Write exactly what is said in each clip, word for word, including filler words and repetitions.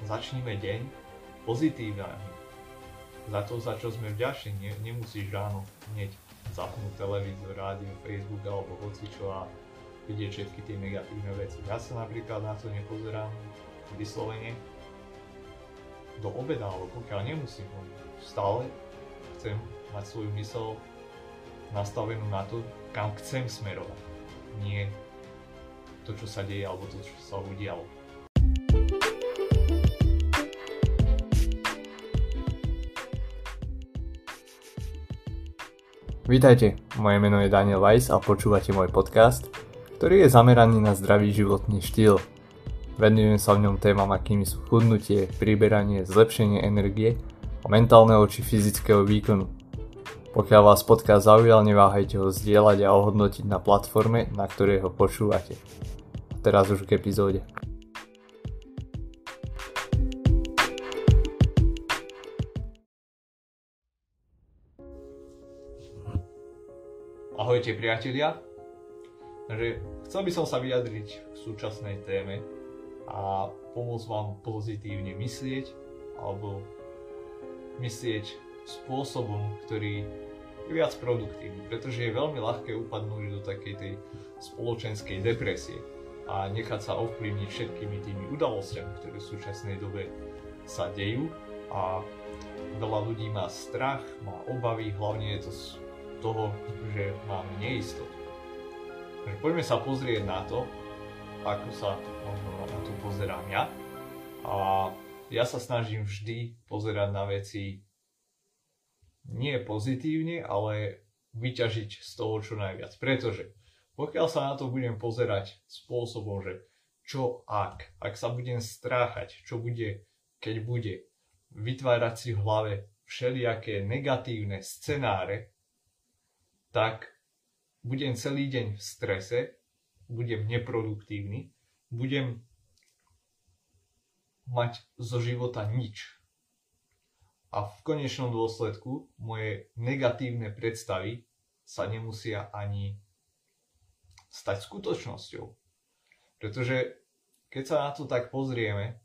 začnime deň pozitívne. Za to, za čo sme vďační, ne, nemusíš ráno hneď zapnúť televízor, rádio, Facebook alebo hocičo a vidieť všetky tie negatívne veci. Ja sa napríklad na to nepozerám vyslovene do obeda, alebo pokiaľ nemusím, stále chcem mať svoju myseľ nastavenú na to, kam chcem smerovať. Nie to, čo sa deje, alebo to, čo sa udialo. Vítajte, moje meno je Daniel Weiss a počúvate môj podcast, ktorý je zameraný na zdravý životný štýl. Venujem sa v ňom témam, akými sú chudnutie, priberanie, zlepšenie energie a mentálneho či fyzického výkonu. Pokiaľ vás podcast zaujal, neváhajte ho zdieľať a ohodnotiť na platforme, na ktorej ho počúvate. A teraz už k epizóde. Ahojte priatelia, takže chcel by som sa vyjadriť k súčasnej téme a pomôcť vám pozitívne myslieť alebo myslieť spôsobom, ktorý je viac produktívny, pretože je veľmi ľahké upadnúť do takej tej spoločenskej depresie a nechať sa ovplyvniť všetkými tými udalosťami, ktoré v súčasnej dobe sa dejú a veľa ľudí má strach, má obavy, hlavne je to z toho, že máme neistotu. Takže poďme sa pozrieť na to, ako sa možno na to pozerám ja. A ja sa snažím vždy pozerať na veci nie pozitívne, ale vyťažiť z toho čo najviac. Pretože pokiaľ sa na to budem pozerať spôsobom, že čo ak, ak sa budem stráchať, čo bude, keď bude, vytvárať si v hlave všelijaké negatívne scenáre, tak budem celý deň v strese, budem neproduktívny, budem mať zo života nič. A v konečnom dôsledku moje negatívne predstavy sa nemusia ani stať skutočnosťou. Pretože keď sa na to tak pozrieme,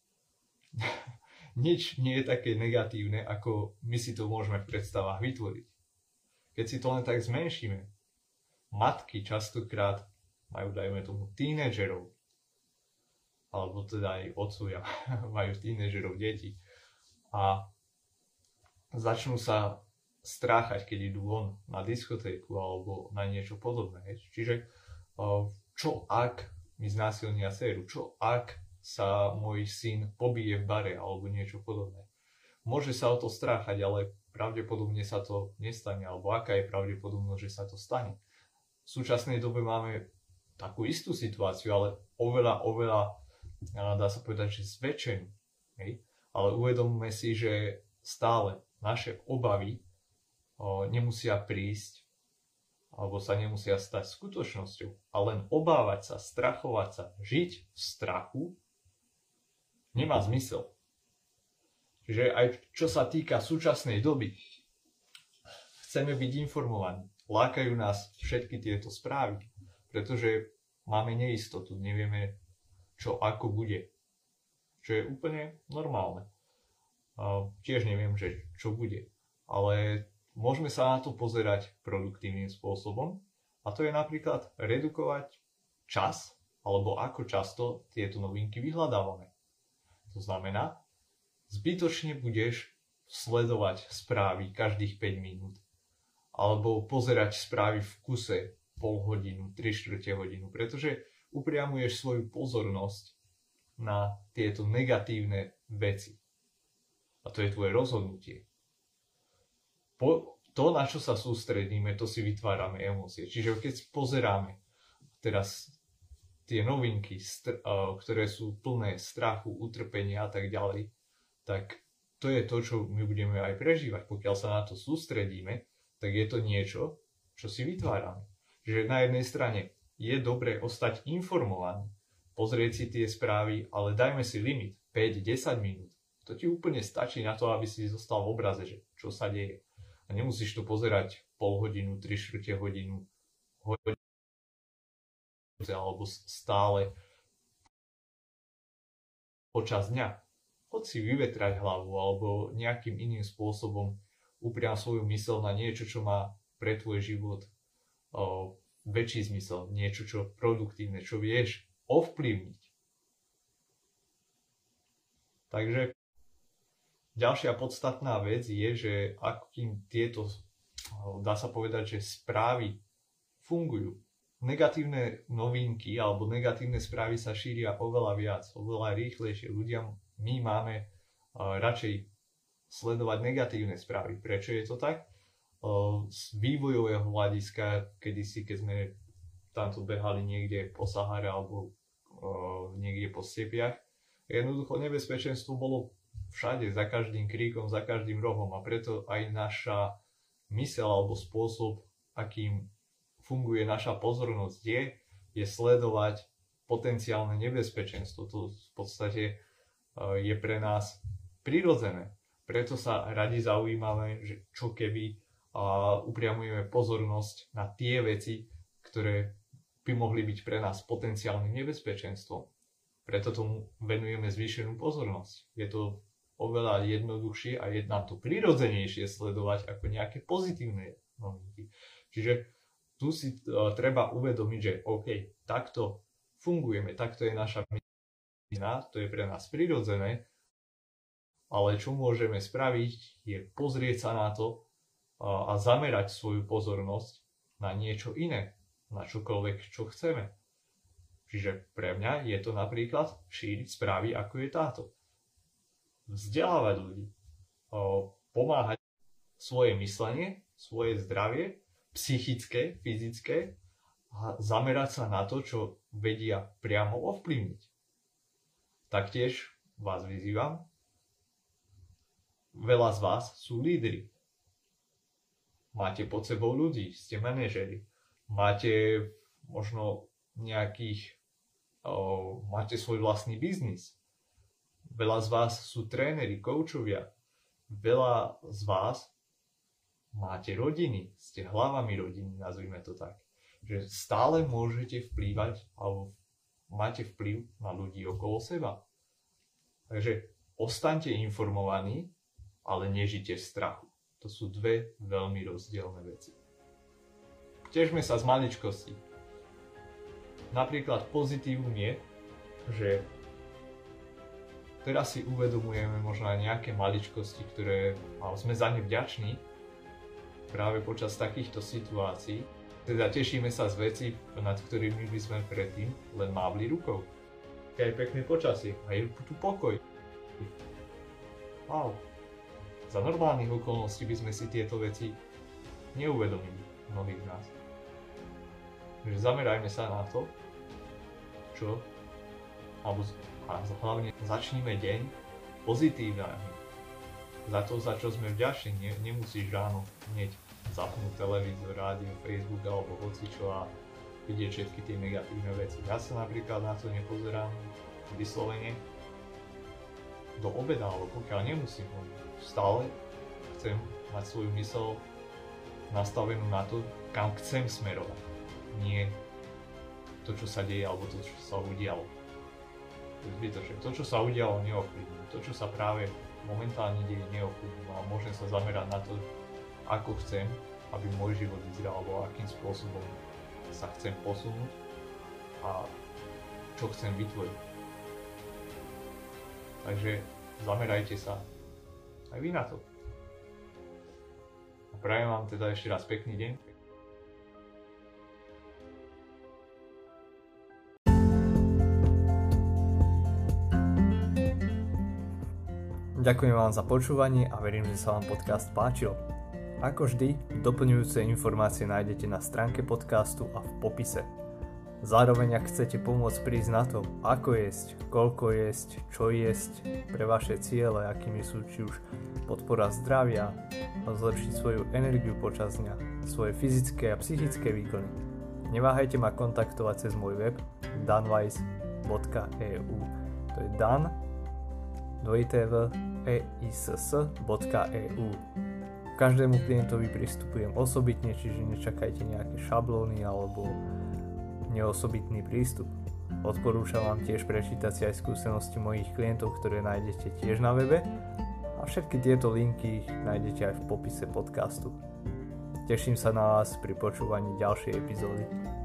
nič nie je také negatívne, ako my si to môžeme v predstavách vytvoriť. Keď si to len tak zmenšíme, matky častokrát majú, dajme tomu, tínedžerov, alebo teda aj otcovia majú tínedžerov, deti a začnú sa stráchať, keď idú von na diskotéku alebo na niečo podobné. Čiže čo ak mi znásilnia dcéru, čo ak sa môj syn pobije v bare alebo niečo podobné. Môže sa o to stráchať, ale pravdepodobne sa to nestane, alebo aká je pravdepodobnosť, že sa to stane. V súčasnej dobe máme takú istú situáciu, ale oveľa, oveľa, dá sa povedať, že zväčšenú. Ale uvedomme si, že stále naše obavy o, nemusia prísť, alebo sa nemusia stať skutočnosťou. A len obávať sa, strachovať sa, žiť v strachu nemá zmysel. Čiže aj čo sa týka súčasnej doby, chceme byť informovaní. Lákajú nás všetky tieto správy, pretože máme neistotu, nevieme, čo ako bude. Čo je úplne normálne. A tiež neviem, že čo bude. Ale môžeme sa na to pozerať produktívnym spôsobom. A to je napríklad redukovať čas, alebo ako často tieto novinky vyhľadávame. To znamená, zbytočne budeš sledovať správy každých päť minút. Alebo pozerať správy v kuse pol hodinu, tri štvrte hodinu. Pretože upriamuješ svoju pozornosť na tieto negatívne veci. A to je tvoje rozhodnutie. Po, to, na čo sa sústredíme, to si vytvárame emócie. Čiže keď pozeráme teraz tie novinky, str- ktoré sú plné strachu, utrpenia a tak ďalej, tak to je to, čo my budeme aj prežívať. Pokiaľ sa na to sústredíme, tak je to niečo, čo si vytvárame. Že na jednej strane je dobré ostať informovaný, pozrieť si tie správy, ale dajme si limit päť až desať minút. To ti úplne stačí na to, aby si zostal v obraze, že čo sa deje. A nemusíš to pozerať pol hodinu, tri štvrte hodinu, hodinu alebo stále počas dňa. Choď si vyvetrať hlavu alebo nejakým iným spôsobom upriam svoju myseľ na niečo, čo má pre tvoj život o, väčší zmysel, niečo, čo produktívne, čo vieš ovplyvniť. Takže ďalšia podstatná vec je, že akým tieto, dá sa povedať, že správy fungujú. Negatívne novinky alebo negatívne správy sa šíria oveľa viac, oveľa rýchlejšie. Ľudia, my máme uh, radšej sledovať negatívne správy. Prečo je to tak? Uh, z vývojového hľadiska, kedysi, keď sme tamto behali niekde po Sahare alebo uh, niekde po stepiach, jednoducho nebezpečenstvo bolo všade, za každým kríkom, za každým rohom a preto aj naša myseľ alebo spôsob, akým funguje naša pozornosť je, je sledovať potenciálne nebezpečenstvo. To v podstate je pre nás prirodzené. Preto sa radi zaujímame, že čo keby upriamujeme pozornosť na tie veci, ktoré by mohli byť pre nás potenciálnym nebezpečenstvom. Preto tomu venujeme zvýšenú pozornosť. Je to oveľa jednoduchšie a je nám to prirodzenejšie sledovať ako nejaké pozitívne novinky. Čiže tu si uh, treba uvedomiť, že OK, takto fungujeme, takto je naša myseľ, to je pre nás prirodzené, ale čo môžeme spraviť, je pozrieť sa na to uh, a zamerať svoju pozornosť na niečo iné, na čokoľvek, čo chceme. Čiže pre mňa je to napríklad šíriť správy, ako je táto. Vzdelávať ľudí, uh, pomáhať svoje myslenie, svoje zdravie, psychické, fyzické a zamerať sa na to, čo vedia priamo ovplyvniť. Taktiež vás vyzývam, veľa z vás sú lídri. Máte pod sebou ľudí, ste manažeri, máte možno nejakých, o, máte svoj vlastný biznis. Veľa z vás sú tréneri, koučovia. Veľa z vás máte rodiny, ste hlavami rodiny, nazvime to tak. Že stále môžete vplývať alebo máte vplyv na ľudí okolo seba. Takže ostaňte informovaní, ale nežite v strachu. To sú dve veľmi rozdielne veci. Težme sa z maličkosti. Napríklad pozitívum je, že teraz si uvedomujeme možno aj nejaké maličkosti, ktoré sme za ne vďační, práve počas takýchto situácií. Teda tešíme sa z vecí, nad ktorými by sme predtým len mávli rukou. Je aj pekné počasie a je tu pokoj. Wow. Za normálnych okolností by sme si tieto veci neuvedomili, mnohých z nás. Takže zamerajme sa na to, čo, alebo a hlavne začníme deň pozitívne. Za to, za čo sme vďační, ne, nemusíš ráno hneď zapnúť televízor, rádio, Facebook alebo hocičo a vidieť všetky tie negatívne veci. Ja sa napríklad na to nepozerám vyslovene do obeda, alebo pokiaľ nemusím. Stále chcem mať svoju myseľ nastavenú na to, kam chcem smerovať. Nie to, čo sa deje, alebo to, čo sa udialo. Zbytočne. To, čo sa udialo, neovplyvní. To, čo sa práve momentálne deje, neovplyvní. A môžem sa zamerať na to, ako chcem, aby môj život vyzeral, alebo akým spôsobom sa chcem posunúť a čo chcem vytvoriť. Takže zamerajte sa aj vy na to. A prajem vám teda ešte raz pekný deň. Ďakujem vám za počúvanie a verím, že sa vám podcast páčil. Ako vždy, doplňujúce informácie nájdete na stránke podcastu a v popise. Zároveň, ak chcete pomôcť prísť na to, ako jesť, koľko jesť, čo jesť pre vaše ciele, akými sú či už podpora zdravia, zlepšiť svoju energiu počas dňa, svoje fyzické a psychické výkony, neváhajte ma kontaktovať cez môj web danwise bodka e u. To je dan dvojité v e i s s bodka e u. Každému klientovi pristupujem osobitne, čiže nečakajte nejaké šablóny alebo neosobitný prístup. Odporúčam vám tiež prečítať si aj skúsenosti mojich klientov, ktoré nájdete tiež na webe a všetky tieto linky nájdete aj v popise podcastu. Teším sa na vás pri počúvaní ďalšej epizódy.